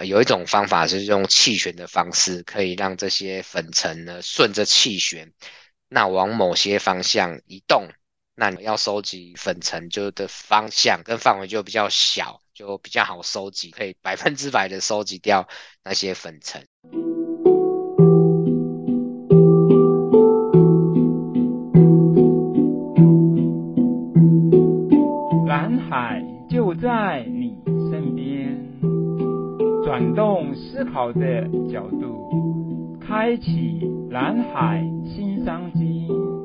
有一种方法是用气旋的方式，可以让这些粉尘呢顺着气旋，那往某些方向移动。那你要收集粉尘就的方向跟范围就比较小，就比较好收集，可以100%的收集掉那些粉尘。 蓝海就在你身边，转动思考的角度，开启蓝海新商机。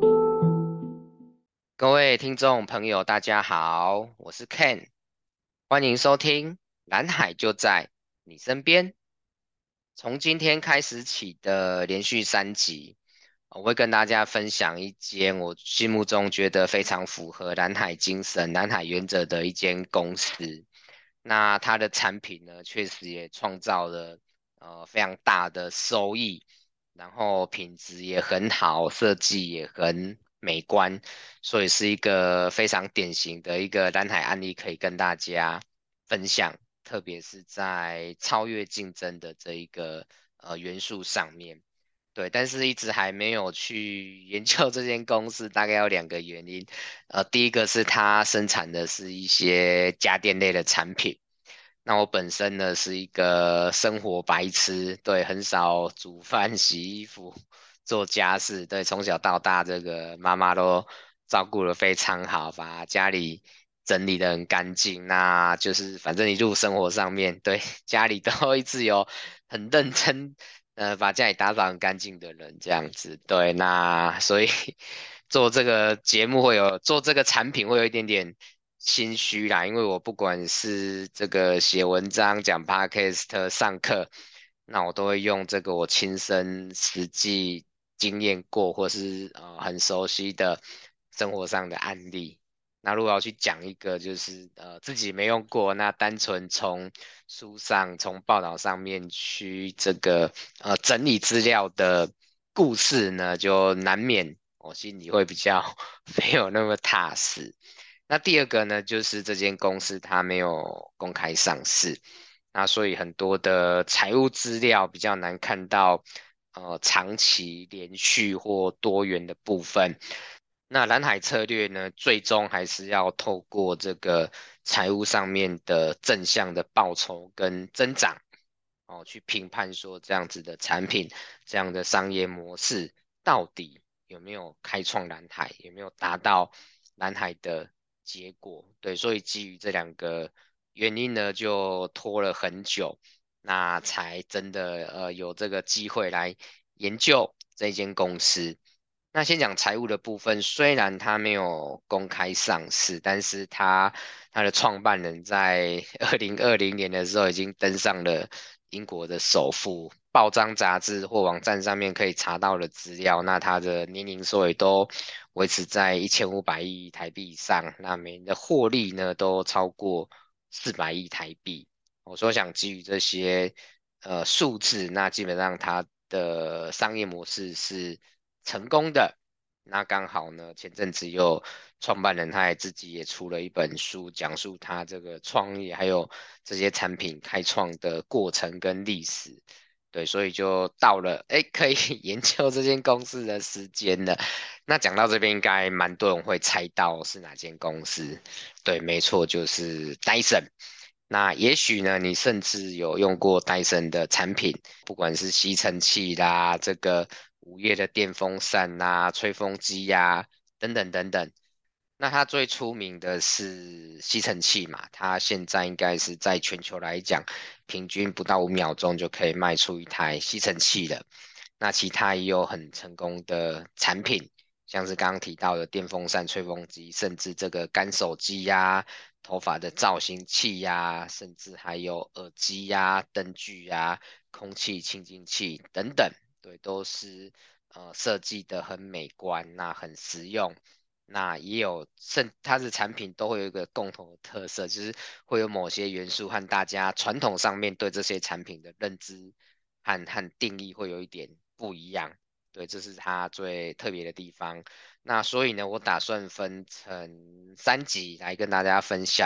各位听众朋友，大家好，我是 Ken，欢迎收听蓝海就在你身边。从今天开始起的连续3集，我会跟大家分享一间我心目中觉得非常符合蓝海精神、蓝海原则的一间公司。那它的产品呢，确实也创造了非常大的收益，然后品质也很好，设计也很美观，所以是一个非常典型的一个蓝海案例，可以跟大家分享。特别是在超越竞争的这一个元素上面。对，但是一直还没有去研究这间公司，大概有2个原因。第一个是它生产的是一些家电类的产品。那我本身呢是一个生活白痴，对，很少煮饭、洗衣服、做家事，对，从小到大这个妈妈都照顾得非常好，把家里整理得很干净。那就是反正一路生活上面，对，家里都一直有很认真，把家里打扫很干净的人这样子，对，那所以做这个节目做这个产品会有一点点心虚啦，因为我不管是这个写文章、讲 podcast、上课，那我都会用这个我亲身实际经验过，或是很熟悉的生活上的案例。那如果要去讲一个就是自己没用过，那单纯从书上、从报道上面去这个整理资料的故事呢，就难免我心里会比较没有那么踏实。那第二个呢，就是这间公司它没有公开上市，那所以很多的财务资料比较难看到长期连续或多元的部分。那蓝海策略呢，最终还是要透过这个财务上面的正向的报酬跟增长，去评判说这样子的产品、这样的商业模式到底有没有开创蓝海，有没有达到蓝海的结果。对，所以基于这2个原因呢，就拖了很久，那才真的有这个机会来研究这间公司。那先讲财务的部分，虽然它没有公开上市，但是它的创办人在2020年的时候已经登上了英国的首富，报章杂志或网站上面可以查到的资料，那它的年营收也都维持在1500亿台币以上，那每年的获利呢都超过400亿台币。我说想基于这些数字，那基本上它的商业模式是成功的。那刚好呢，前阵子又创办人他也自己也出了一本书，讲述他这个创业还有这些产品开创的过程跟历史。对，所以就到了可以研究这间公司的时间了。那讲到这边，应该蛮多人会猜到是哪间公司。对，没错，就是 Dyson。那也许呢，你甚至有用过戴森的产品，不管是吸尘器啦，这个午夜的电风扇啦、吹风机呀、等等等等。那它最出名的是吸尘器嘛，它现在应该是在全球来讲，平均不到5秒钟就可以卖出一台吸尘器了。那其他也有很成功的产品，像是刚刚提到的电风扇、吹风机，甚至这个干手机呀、头发的造型器呀，甚至还有耳机呀、灯具呀、空气清净器等等，对，都是设计的很美观，那很实用。那也有，它的产品都会有一个共同的特色，就是会有某些元素和大家传统上面对这些产品的认知和定义会有一点不一样。对，这是它最特别的地方。那所以呢，我打算分成3集来跟大家分享，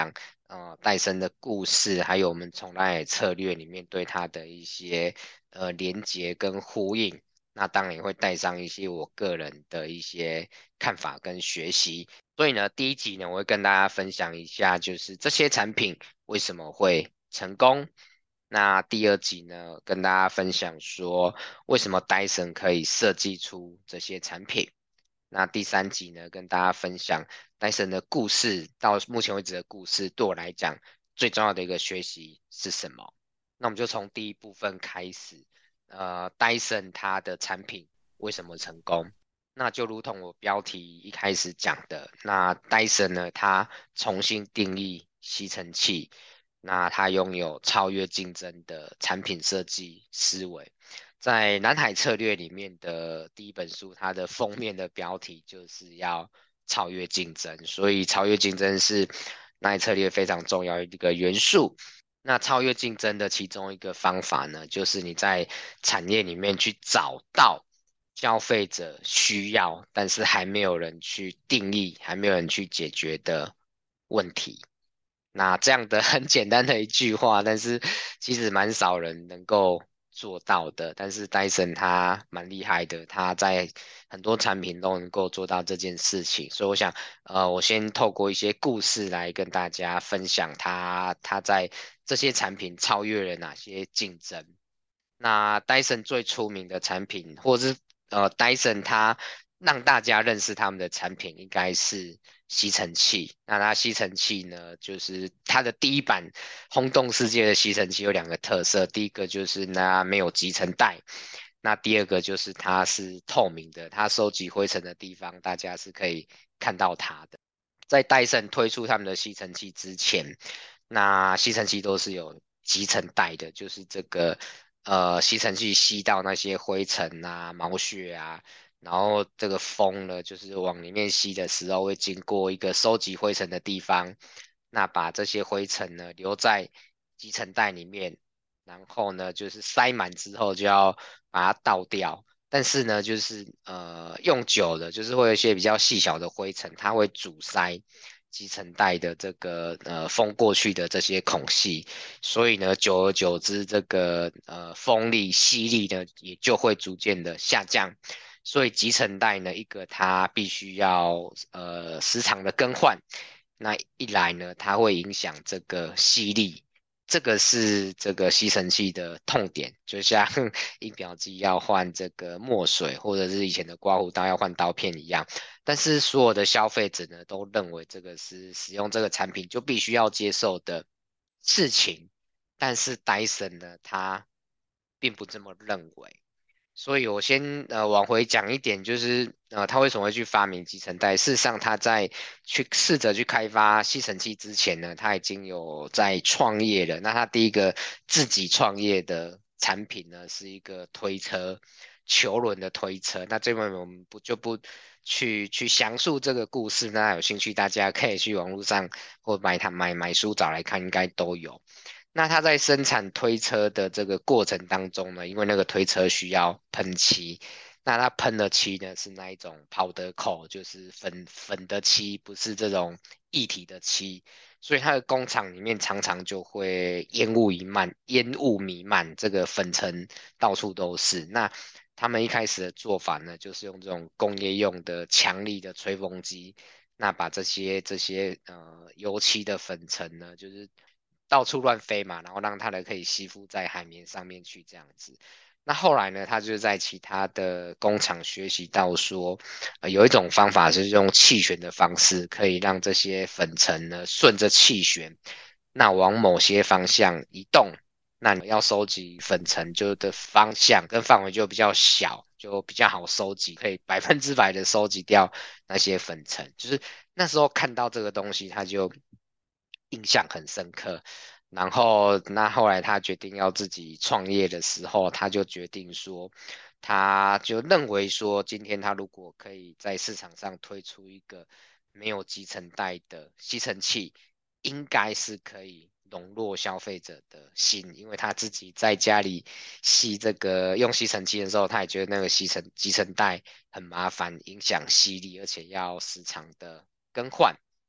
戴森的故事，还有我们从蓝海策略里面对它的一些连结跟呼应。那当然也会带上一些我个人的一些看法跟学习。所以呢，第一集呢，我会跟大家分享一下，就是这些产品为什么会成功。那第二集呢，跟大家分享说为什么 Dyson 可以设计出这些产品。那第三集呢，跟大家分享 Dyson 的故事，到目前为止的故事，对我来讲最重要的一个学习是什么？那我们就从第一部分开始。Dyson 它的产品为什么成功？那就如同我标题一开始讲的，那 Dyson 呢，它重新定义吸尘器，那它拥有超越竞争的产品设计思维。在蓝海策略里面的第一本书，它的封面的标题就是要超越竞争，所以超越竞争是蓝海策略非常重要的一个元素。那超越竞争的其中一个方法呢，就是你在产业里面去找到消费者需要，但是还没有人去定义，还没有人去解决的问题。那这样的很简单的一句话，但是其实蛮少人能够做到的。但是 Dyson 它蛮厉害的，它在很多产品都能够做到这件事情。所以我想，我先透过一些故事来跟大家分享它在这些产品超越了哪些竞争。那 Dyson 最出名的产品，或者是Dyson 它让大家认识他们的产品，应该是吸尘器。那它吸尘器呢，就是它的第一版轰动世界的吸尘器有两个特色，第一个就是它没有集尘袋，那第二个就是它是透明的，它收集灰尘的地方大家是可以看到它的。在戴森推出他们的吸尘器之前，那吸尘器都是有集尘袋的，就是这个吸尘器吸到那些灰尘啊、毛屑啊，然后这个风呢，就是往里面吸的时候会经过一个收集灰尘的地方，那把这些灰尘呢留在集尘袋里面，然后呢就是塞满之后就要把它倒掉。但是呢，就是用久了，就是会有一些比较细小的灰尘，它会阻塞集尘袋的这个风过去的这些孔隙，所以呢，久而久之，这个风力吸力呢也就会逐渐的下降。所以集尘袋呢，一个它必须要时常的更换，那一来呢，它会影响这个吸力，这个是这个吸尘器的痛点，就像印表机要换这个墨水，或者是以前的刮胡刀要换刀片一样。但是所有的消费者呢，都认为这个是使用这个产品就必须要接受的事情。但是 Dyson 呢，它并不这么认为。所以我先往回讲一点，就是他为什么会去发明集成袋？事实上，他在去试着去开发吸尘器之前呢，他已经有在创业了。那他第一个自己创业的产品呢，是一个推车，球轮的推车。那这边我们不去详述这个故事，那有兴趣大家可以去网络上或买书找来看，应该都有。那它在生产推车的这个过程当中呢，因为那个推车需要喷漆，那它喷的漆呢是那一种跑得口，就是粉粉的漆，不是这种液体的漆，所以它的工厂里面常常就会烟雾弥漫，这个粉尘到处都是。那他们一开始的做法呢，就是用这种工业用的强力的吹风机，那把这些油漆的粉尘呢，就是到处乱飞嘛，然后让它的可以吸附在海绵上面去这样子。那后来呢，他就在其他的工厂学习到说，有一种方法是用气旋的方式，可以让这些粉尘呢顺着气旋，那往某些方向移动。那你要收集粉尘就的方向跟范围就比较小，就比较好收集，可以100%的收集掉那些粉尘。就是那时候看到这个东西，他就印象很深刻。然后那后来他决定要自己创业的时候，他就决定说，他就认为说，今天他如果可以在市场上推出一个没有集尘袋的吸尘器，应该是可以笼络消费者的心，因为他自己在家里吸这个用吸尘器的时候，他也觉得那个集尘袋很麻烦，影响吸力，而且要时常的更换。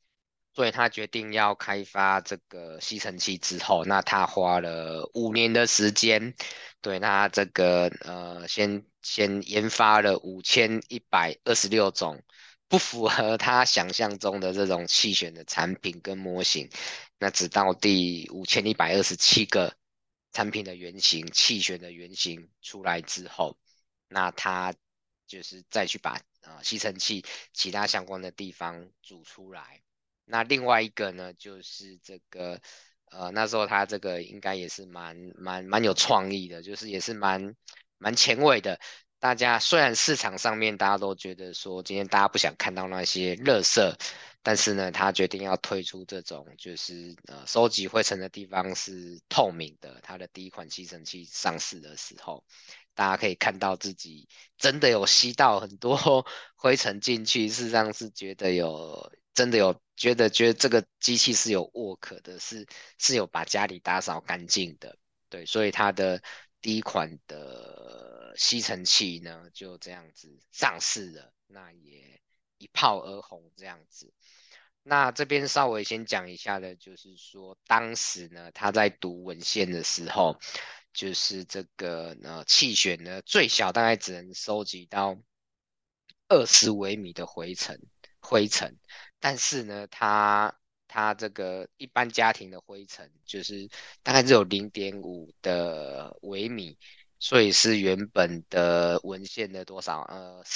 所以他决定要开发这个吸尘器之后，那他花了5年的时间，对，那这个先研发了5126种不符合他想象中的这种气旋的产品跟模型，那直到第5127个产品的原型、气旋的原型出来之后，那他就是再去把吸尘器其他相关的地方组出来。那另外一个呢，就是这个那时候他这个应该也是蛮有创意的，就是也是蛮前卫的。大家虽然市场上面大家都觉得说今天大家不想看到那些垃圾，但是呢，他决定要推出这种就是收集灰尘的地方是透明的。它的第一款吸尘器上市的时候，大家可以看到自己真的有吸到很多灰尘进去，事实上是觉得真的有觉得这个机器是有 work 的，是有把家里打扫干净的。对，所以它的第一款的吸尘器呢，就这样子上市了，那也一炮而红这样子。那这边稍微先讲一下的，就是说当时呢，他在读文献的时候，就是这个气旋呢最小大概只能收集到20微米的灰尘，但是呢，它这个一般家庭的灰尘就是大概只有0.5的微米，所以是原本的文献的多少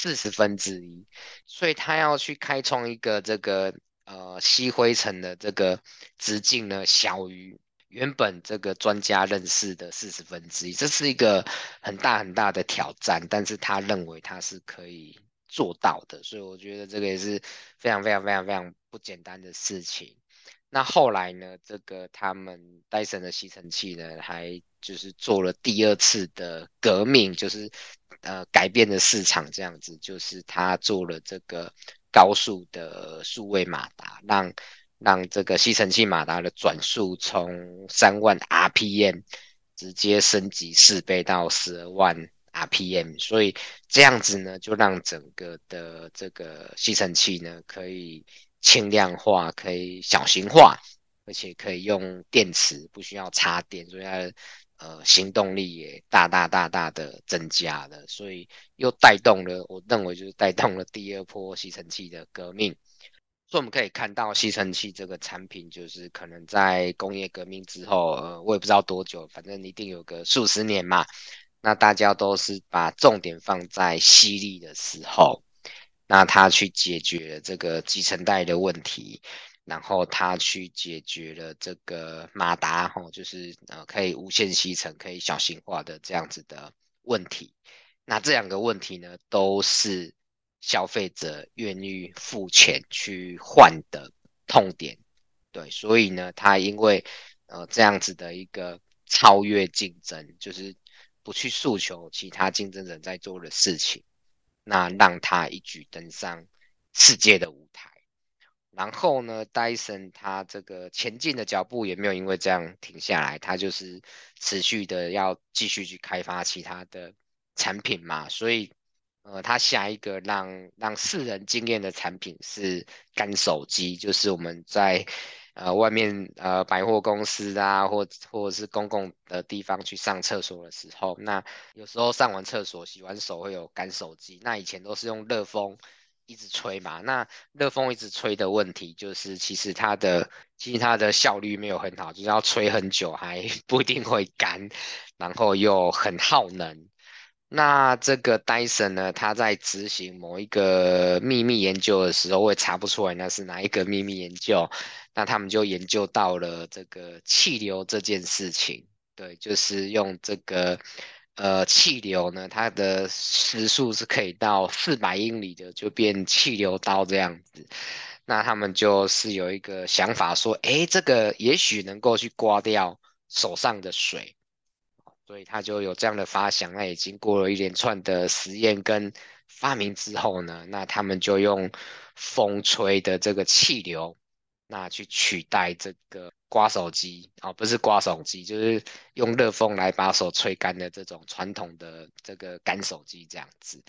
1/40，所以他要去开创一个这个吸灰尘的这个直径呢小于原本这个专家认识的1/40，这是一个很大很大的挑战，但是他认为他是可以做到的，所以我觉得这个也是非常非常非常非常不简单的事情。那后来呢，这个他们戴森的吸尘器呢，还就是做了第二次的革命，就是改变了市场这样子，就是他做了这个高速的数位马达，让这个吸尘器马达的转速从3万 RPM 直接升级4倍到12万 RPM，所以这样子呢，就让整个的这个吸尘器呢可以轻量化，可以小型化，而且可以用电池，不需要插电，所以它的行动力也大大的增加了，所以又带动了，我认为就是带动了第二波吸尘器的革命。所以我们可以看到吸尘器这个产品，就是可能在工业革命之后，我也不知道多久，反正一定有个数十年嘛。那大家都是把重点放在吸力的时候，那他去解决了这个集成带的问题，然后他去解决了这个马达，就是可以无限吸尘、可以小型化的这样子的问题。那这两个问题呢，都是消费者愿意付钱去换的痛点。对，所以呢，他因为这样子的一个超越竞争，就是不去诉求其他竞争者在做的事情，那让他一举登上世界的舞台。然后呢，Dyson 它这个前进的脚步也没有因为这样停下来，它就是持续的要继续去开发其他的产品嘛，所以它下一个让世人惊艳的产品是干手机，就是我们在外面百货公司啊，或者是公共的地方去上厕所的时候，那有时候上完厕所洗完手会有干手机，那以前都是用热风一直吹嘛，那热风一直吹的问题就是，其实它的效率没有很好，就是要吹很久还不一定会干，然后又很耗能。那这个 Dyson 呢，它在执行某一个秘密研究的时候，我也查不出来那是哪一个秘密研究。那他们就研究到了这个气流这件事情，对，就是用这个气流呢，它的时速是可以到400英里的，就变气流刀这样子。那他们就是有一个想法说，诶，这个也许能够去刮掉手上的水。所以他就有这样的发想。那也经过了一连串的实验跟发明之后呢，那他们就用风吹的这个气流，那去取代这个刮手机不是刮手机，就是用热风来把手吹干的这种传统的这个干手机这样子。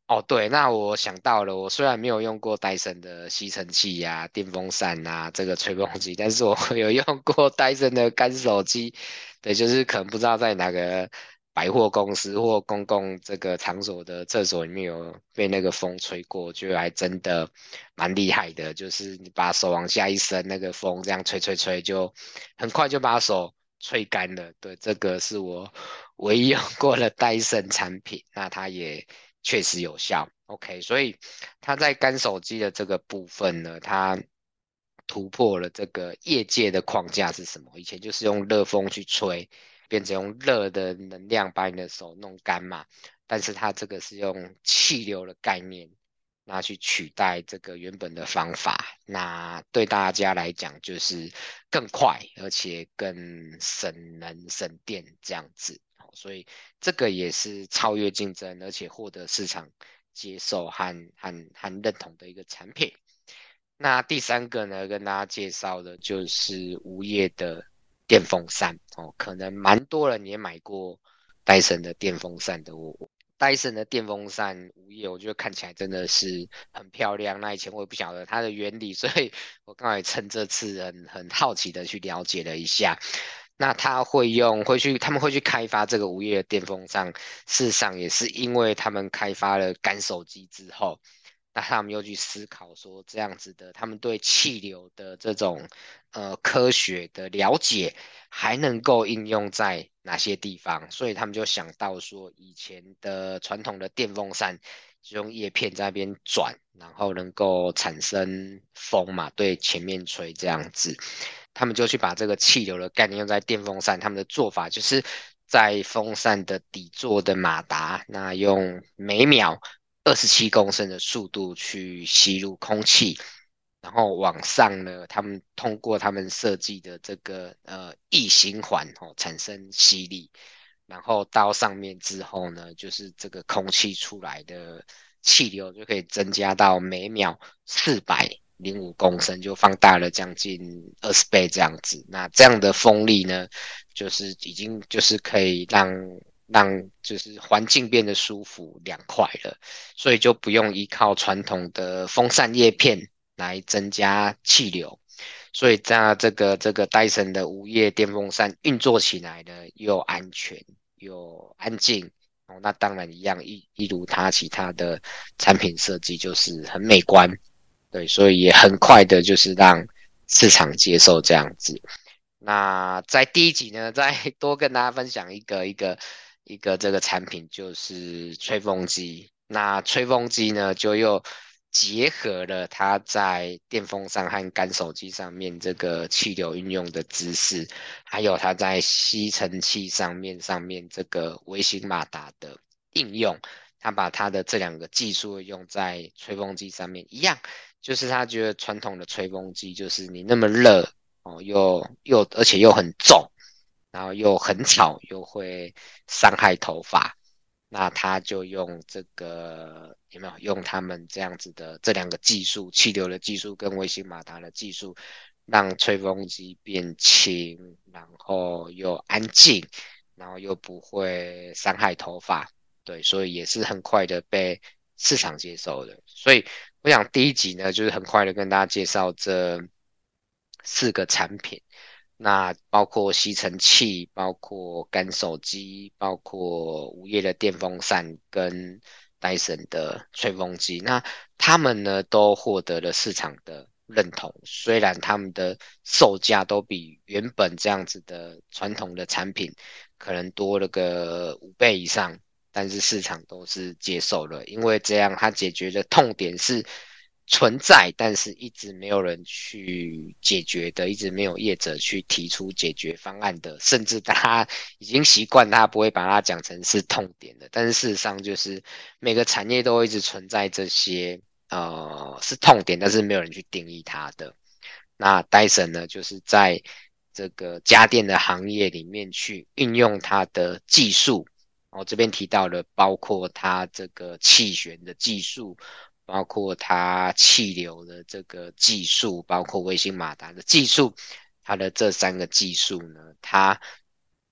哦，对，那我想到了，我虽然没有用过戴森的吸尘器呀、电风扇啊、这个吹风机，但是我有用过戴森的干手机。对，就是可能不知道在哪个百货公司或公共这个场所的厕所里面有被那个风吹过，我觉得还真的蛮厉害的。就是你把手往下一伸，那个风这样吹吹吹，就很快就把手吹干了。对，这个是我唯一用过的戴森产品，那它也确实有效。OK，所以它在干手机的这个部分呢，它突破了这个业界的框架是什么？以前就是用热风去吹，变成用热的能量把你的手弄干嘛。但是它这个是用气流的概念，那去取代这个原本的方法，那对大家来讲就是更快，而且更省能省电这样子。所以这个也是超越竞争，而且获得市场接受和认同的一个产品。那第三个呢，跟大家介绍的就是无叶的电风扇哦，可能蛮多人也买过戴森的电风扇的。戴森的电风扇无叶，我觉得看起来真的是很漂亮。那以前我也不晓得它的原理，所以我刚才趁这次很好奇的去了解了一下。那他们会去开发这个无叶的电风扇，事实上也是因为他们开发了干手机之后。那他们又去思考说，这样子的，他们对气流的这种科学的了解，还能够应用在哪些地方？所以他们就想到说，以前的传统的电风扇就用叶片在那边转，然后能够产生风嘛，对前面吹这样子。他们就去把这个气流的概念用在电风扇，他们的做法就是在风扇的底座的马达，那用每秒27公升的速度去吸入空气，然后往上呢，他们通过他们设计的这个异形环产生吸力，然后到上面之后呢，就是这个空气出来的气流就可以增加到每秒405公升，就放大了将近20倍这样子。那这样的风力呢，就是已经就是可以让就是环境变得舒服凉快了，所以就不用依靠传统的风扇叶片来增加气流。所以这个戴森的无叶电风扇运作起来呢，又安全又安静。哦，那当然一如它其他的产品设计就是很美观，对，所以也很快的就是让市场接受这样子。那在第一集呢，再多跟大家分享一个这个产品，就是吹风机。那吹风机呢，就又结合了它在电风扇和干手机上面这个气流运用的知识，还有它在吸尘器上面这个微型马达的应用。他把他的这两个技术用在吹风机上面一样，就是他觉得传统的吹风机就是你那么热哦，而且又很重，然后又很吵，又会伤害头发。那他就用这个有没有用他们这样子的这两个技术，气流的技术跟微型马达的技术，让吹风机变轻，然后又安静，然后又不会伤害头发。对，所以也是很快的被市场接受的。所以我想第一集呢，就是很快的跟大家介绍这4个产品。那包括吸尘器，包括干手机，包括无叶的电风扇跟戴森的吹风机。那他们呢都获得了市场的认同，虽然他们的售价都比原本这样子的传统的产品可能多了个5倍以上，但是市场都是接受了，因为这样它解决的痛点是存在，但是一直没有人去解决的，一直没有业者去提出解决方案的，甚至大家已经习惯他不会把它讲成是痛点的，但是事实上就是每个产业都一直存在这些是痛点，但是没有人去定义它的。那 Dyson 呢，就是在这个家电的行业里面去运用它的技术，这边提到了包括它这个气旋的技术，包括它气流的这个技术，包括微型马达的技术，它的这3个技术呢，它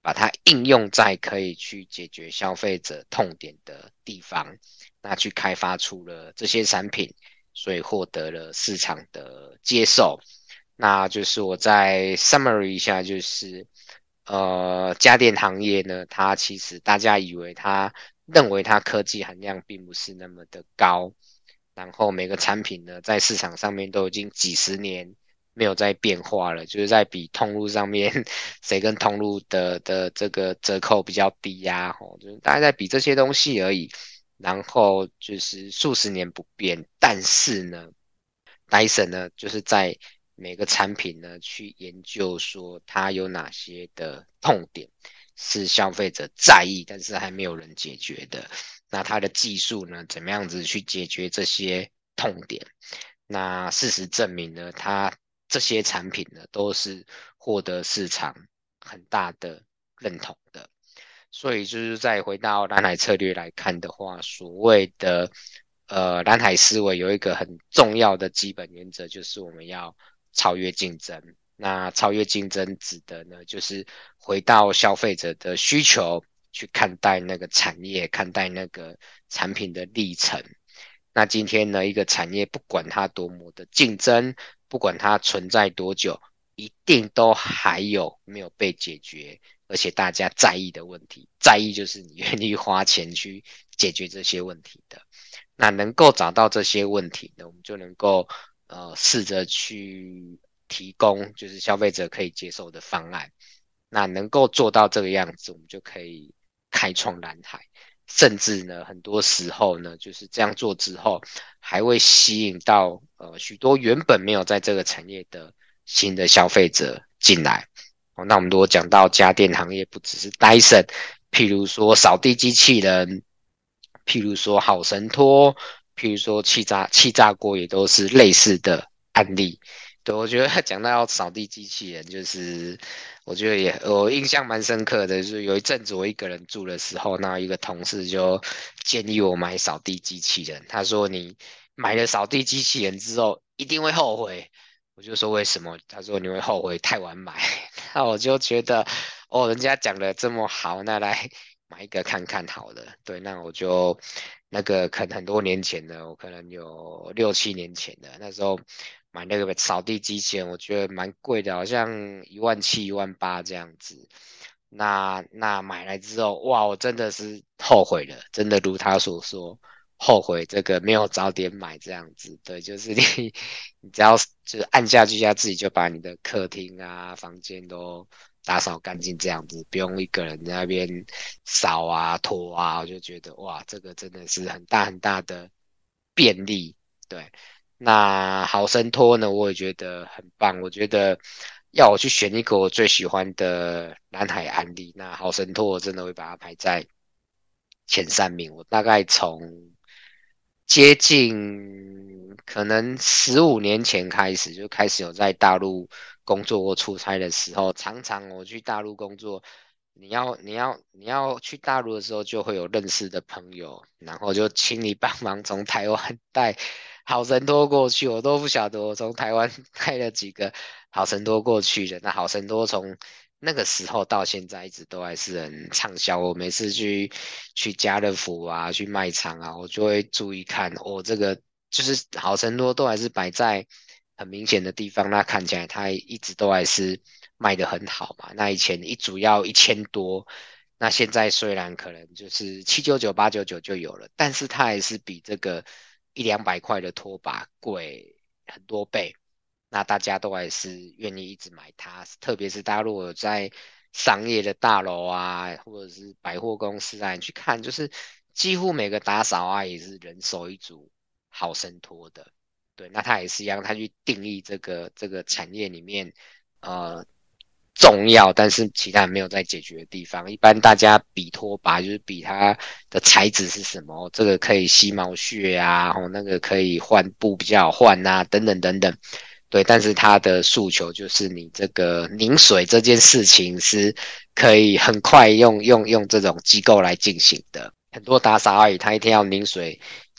把它应用在可以去解决消费者痛点的地方，那去开发出了这些产品，所以获得了市场的接受。那就是我再 summary 一下，就是家电行业呢，它其实大家认为它科技含量并不是那么的高，然后每个产品呢在市场上面都已经几十年没有再变化了，就是在比通路上面谁跟通路的这个折扣比较低呀，就是大家在比这些东西而已，然后就是数十年不变，但是呢，Dyson 呢就是在每个产品呢去研究说它有哪些的痛点是消费者在意，但是还没有人解决的。那它的技术呢，怎么样子去解决这些痛点？那事实证明呢，它这些产品呢，都是获得市场很大的认同的。所以就是再回到蓝海策略来看的话，所谓的蓝海思维有一个很重要的基本原则，就是我们要超越竞争。那超越竞争指的呢，就是回到消费者的需求去看待那个产业，看待那个产品的历程。那今天呢，一个产业不管它多么的竞争，不管它存在多久，一定都还有没有被解决，而且大家在意的问题。在意就是你愿意花钱去解决这些问题的。那能够找到这些问题呢，我们就能够试着去提供就是消费者可以接受的方案。那能够做到这个样子，我们就可以开创蓝海。甚至呢，很多时候呢，就是这样做之后，还会吸引到许多原本没有在这个产业的新的消费者进来。那我们如果讲到家电行业，不只是 Dyson，譬如说扫地机器人，譬如说好神拖，譬如说气炸锅，也都是类似的案例。对，我觉得讲到扫地机器人，就是我觉得我印象蛮深刻的，就是有一阵子我一个人住的时候，那一个同事就建议我买扫地机器人，他说你买了扫地机器人之后一定会后悔。我就说为什么？他说你会后悔太晚买。那我就觉得哦，人家讲的这么好，那来买一个看看好了。对，那我就那个可能很多年前了，我可能有6、7年前的，那时候买那个扫地机器人，我觉得蛮贵的，好像17000、18000这样子。那买来之后，哇，我真的是后悔了，真的如他所说，后悔这个没有早点买这样子。对，就是你只要就是按下去一下，自己就把你的客厅啊、房间都打扫干净这样子，不用一个人在那边扫啊、拖啊，我就觉得哇，这个真的是很大很大的便利。对，那好生拖呢，我也觉得很棒。我觉得要我去选一个我最喜欢的蓝海案例，那好生拖我真的会把它排在前3名。我大概从接近可能15年前开始，就开始有在大陆工作或出差的时候，常常我去大陆工作，你要去大陆的时候，就会有认识的朋友，然后就请你帮忙从台湾带好神拖过去，我都不晓得我从台湾带了几个好神拖过去的。那好神拖从那个时候到现在一直都还是很畅销。我每次去家乐福啊，去卖场啊，我就会注意看，这个就是好神拖都还是摆在很明显的地方，那看起来它一直都还是卖得很好嘛。那以前一组要1000多，那现在虽然可能就是799、899就有了，但是它还是比这个100-200块的拖把贵很多倍。那大家都还是愿意一直买它，特别是大家如果有在商业的大楼啊，或者是百货公司啊，你去看，就是几乎每个打扫啊也是人手一组好生拖的。对，那它也是一样，它去定义这个产业里面呃重要，但是其他人没有在解决的地方。一般大家比拖把就是比它的材质是什么，这个可以吸毛屑啊，那个可以换布比较好换啊，等等等等。对，但是它的诉求就是你这个拧水这件事情是可以很快用这种机构来进行的。很多打扫阿姨她一天要拧水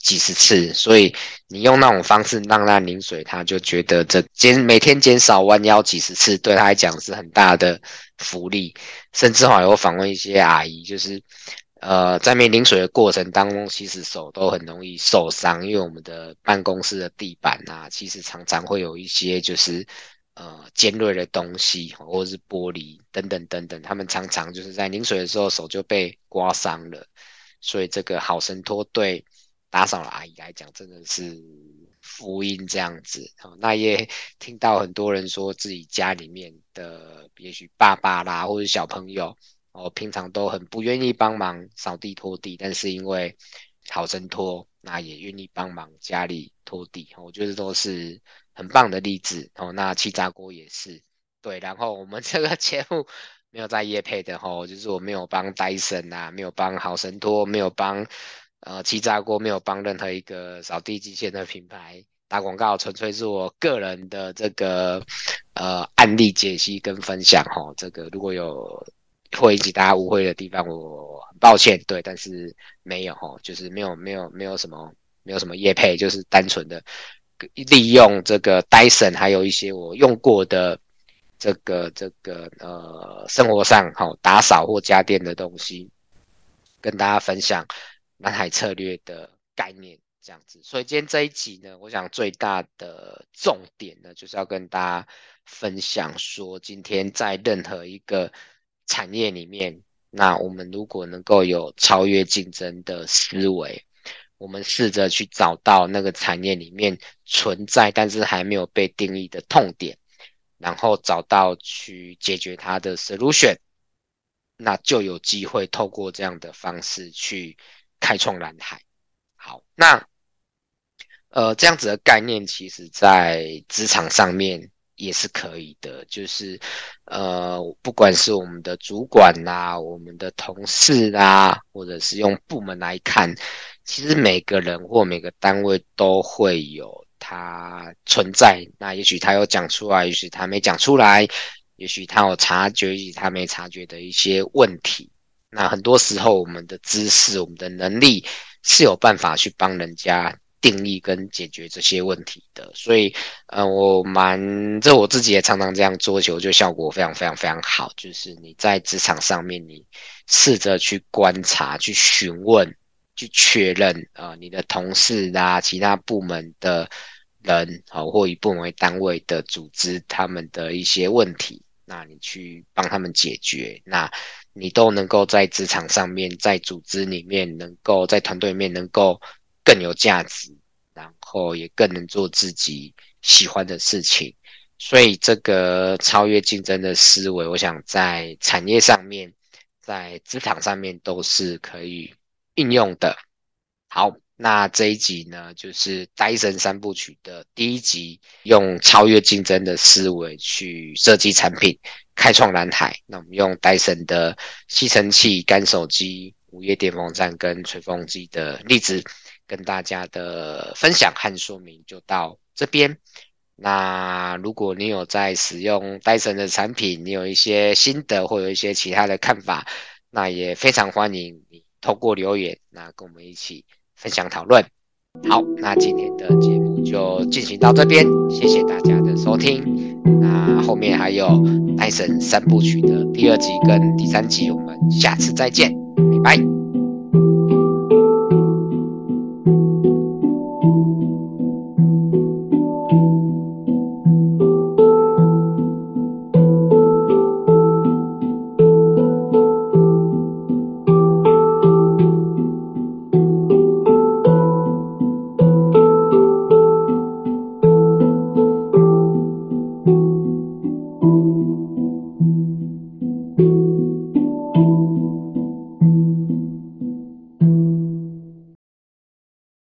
几十次，所以你用那种方式让它淋水，他就觉得每天减少弯腰几十次，对他来讲是很大的福利。甚至还有访问一些阿姨，就是在没淋水的过程当中，其实手都很容易受伤，因为我们的办公室的地板啊，其实常常会有一些就是尖锐的东西，或者是玻璃等等等等，他们常常就是在淋水的时候手就被刮伤了。所以这个好神拖对打扫的阿姨来讲真的是福音这样子。那也听到很多人说自己家里面的也许爸爸啦或者小朋友平常都很不愿意帮忙扫地拖地，但是因为好神拖那也愿意帮忙家里拖地，我觉得都是很棒的例子。那气炸锅也是对，然后我们这个节目没有在业配的就是我没有帮Dyson 啊，没有帮好神拖，没有帮气炸锅，没有帮任何一个扫地机械的品牌打广告，纯粹是我个人的这个案例解析跟分享这个如果有会引起大家误会的地方，我很抱歉，对，但是没有就是没有什么业配，就是单纯的利用这个 Dyson 还有一些我用过的这个生活上打扫或家电的东西，跟大家分享蓝海策略的概念这样子。所以今天这一集呢，我想最大的重点呢，就是要跟大家分享说，今天在任何一个产业里面，那我们如果能够有超越竞争的思维，我们试着去找到那个产业里面存在但是还没有被定义的痛点，然后找到去解决它的 solution， 那就有机会透过这样的方式去开创蓝海。好，那这样子的概念其实在职场上面也是可以的，就是不管是我们的主管啦，我们的同事啦，或者是用部门来看，其实每个人或每个单位都会有它存在，那也许他有讲出来，也许他没讲出来，也许他有察觉，也许他没察觉的一些问题。那很多时候我们的知识，我们的能力是有办法去帮人家定义跟解决这些问题的。所以我自己也常常这样做，就效果非常非常非常好。就是你在职场上面，你试着去观察，去询问，去确认你的同事啦，其他部门的人或以部门为单位的组织他们的一些问题，那你去帮他们解决，那你都能够在职场上面，在组织里面能够在团队里面能够更有价值，然后也更能做自己喜欢的事情。所以这个超越竞争的思维，我想在产业上面，在职场上面都是可以应用的。好，那这一集呢，就是Dyson 三部曲的第一集，用超越竞争的思维去设计产品，开创蓝海。那我们用 Dyson 的吸尘器、干手机、午夜电风扇跟吹风机的例子，跟大家的分享和说明就到这边。那如果你有在使用 Dyson 的产品，你有一些心得或有一些其他的看法，那也非常欢迎你透过留言，那跟我们一起分享讨论。好，那今天的节目就进行到这边，谢谢大家的收听。那后面还有Dyson三部曲的第二集跟第三集，我们下次再见，拜拜。